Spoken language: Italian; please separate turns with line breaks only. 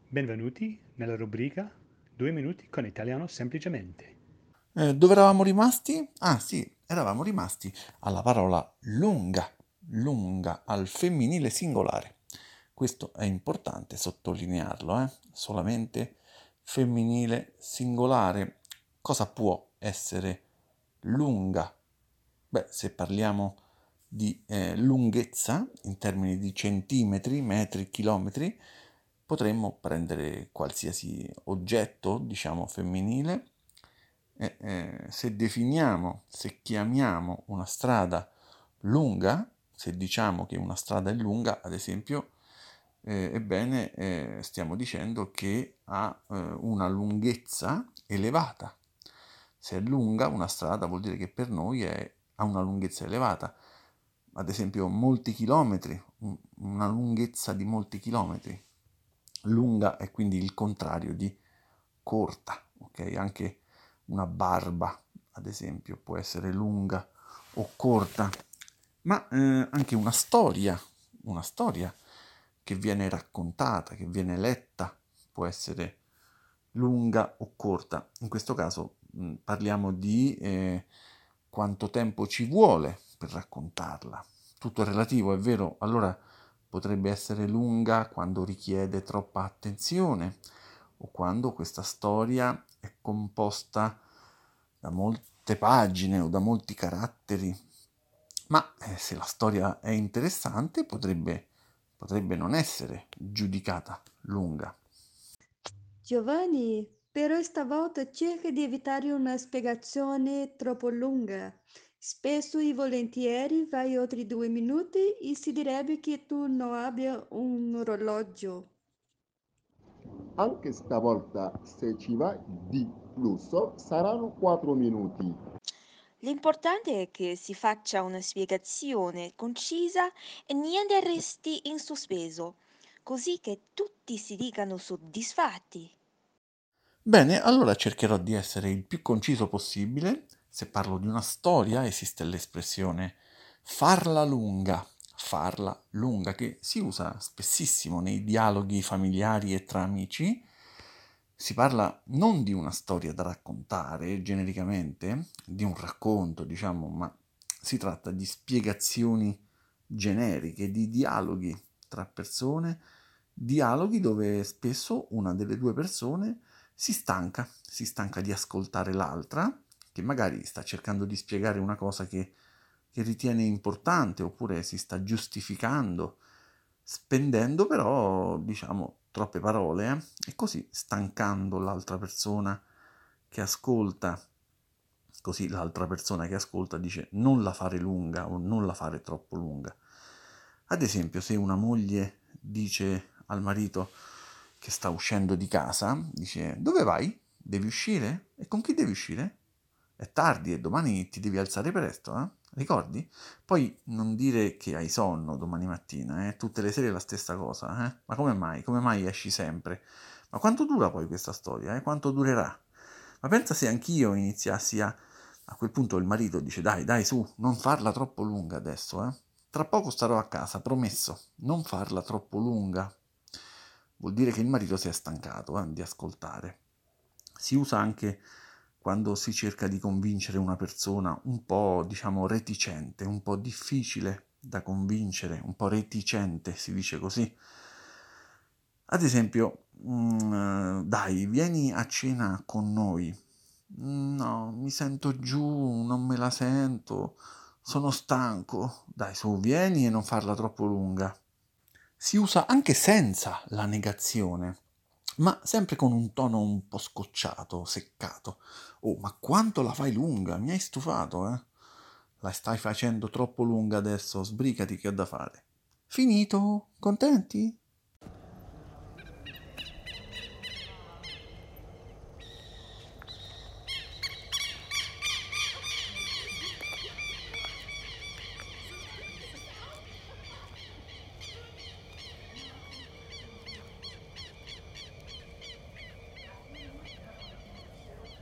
Benvenuti nella rubrica 2 minuti con italiano semplicemente.
Dove eravamo rimasti? Ah sì, eravamo rimasti alla parola lunga, lunga al femminile singolare. Questo è importante sottolinearlo, eh? Solamente femminile singolare. Cosa può essere lunga? Beh, se parliamo di lunghezza in termini di centimetri, metri, chilometri, potremmo prendere qualsiasi oggetto, diciamo femminile, se definiamo, se chiamiamo una strada lunga, se diciamo che una strada è lunga, ad esempio, ebbene, stiamo dicendo che ha una lunghezza elevata. Se è lunga una strada vuol dire che per noi ha una lunghezza elevata. Ad esempio, molti chilometri, una lunghezza di molti chilometri. Lunga è quindi il contrario di corta, ok? Anche una barba, ad esempio, può essere lunga o corta, ma anche una storia che viene raccontata, che viene letta, può essere lunga o corta. In questo caso parliamo di quanto tempo ci vuole per raccontarla. Tutto è relativo, è vero? Allora potrebbe essere lunga quando richiede troppa attenzione o quando questa storia è composta da molte pagine o da molti caratteri. Ma se la storia è interessante potrebbe non essere giudicata lunga.
Giovanni, però stavolta cerca di evitare una spiegazione troppo lunga. Spesso e volentieri vai oltre 2 minuti e si direbbe che tu non abbia un orologio.
Anche stavolta, se ci vai di flusso, saranno 4 minuti.
L'importante è che si faccia una spiegazione concisa e niente resti in sospeso, così che tutti si dicano soddisfatti.
Bene, allora cercherò di essere il più conciso possibile. Se parlo di una storia, esiste l'espressione farla lunga, che si usa spessissimo nei dialoghi familiari e tra amici. Si parla non di una storia da raccontare genericamente, di un racconto, diciamo, ma si tratta di spiegazioni generiche, di dialoghi tra persone, dialoghi dove spesso una delle due persone si stanca di ascoltare l'altra, che magari sta cercando di spiegare una cosa che ritiene importante, oppure si sta giustificando, spendendo però, diciamo, troppe parole, e così stancando l'altra persona che ascolta. Così l'altra persona che ascolta dice non la fare lunga o non la fare troppo lunga. Ad esempio, se una moglie dice al marito che sta uscendo di casa, dice dove vai? Devi uscire? E con chi devi uscire? È tardi e domani ti devi alzare presto, eh? Ricordi? Poi non dire che hai sonno domani mattina, eh? Tutte le sere la stessa cosa, eh? Ma come mai? Come mai esci sempre? Ma quanto dura poi questa storia, eh? Quanto durerà? Ma pensa se anch'io iniziassi a quel punto il marito dice dai, dai, su, non farla troppo lunga adesso, eh? Tra poco starò a casa, promesso, non farla troppo lunga. Vuol dire che il marito si è stancato, di ascoltare. Si usa anche quando si cerca di convincere una persona un po', diciamo, reticente, un po' difficile da convincere, un po' reticente, si dice così. Ad esempio, dai, vieni a cena con noi. No, mi sento giù, non me la sento, sono stanco. Dai, su, vieni e non farla troppo lunga. Si usa anche senza la negazione, ma sempre con un tono un po' scocciato, seccato. Oh, ma quanto la fai lunga? Mi hai stufato, eh? La stai facendo troppo lunga adesso, sbrigati che ho da fare. Finito? Contenti?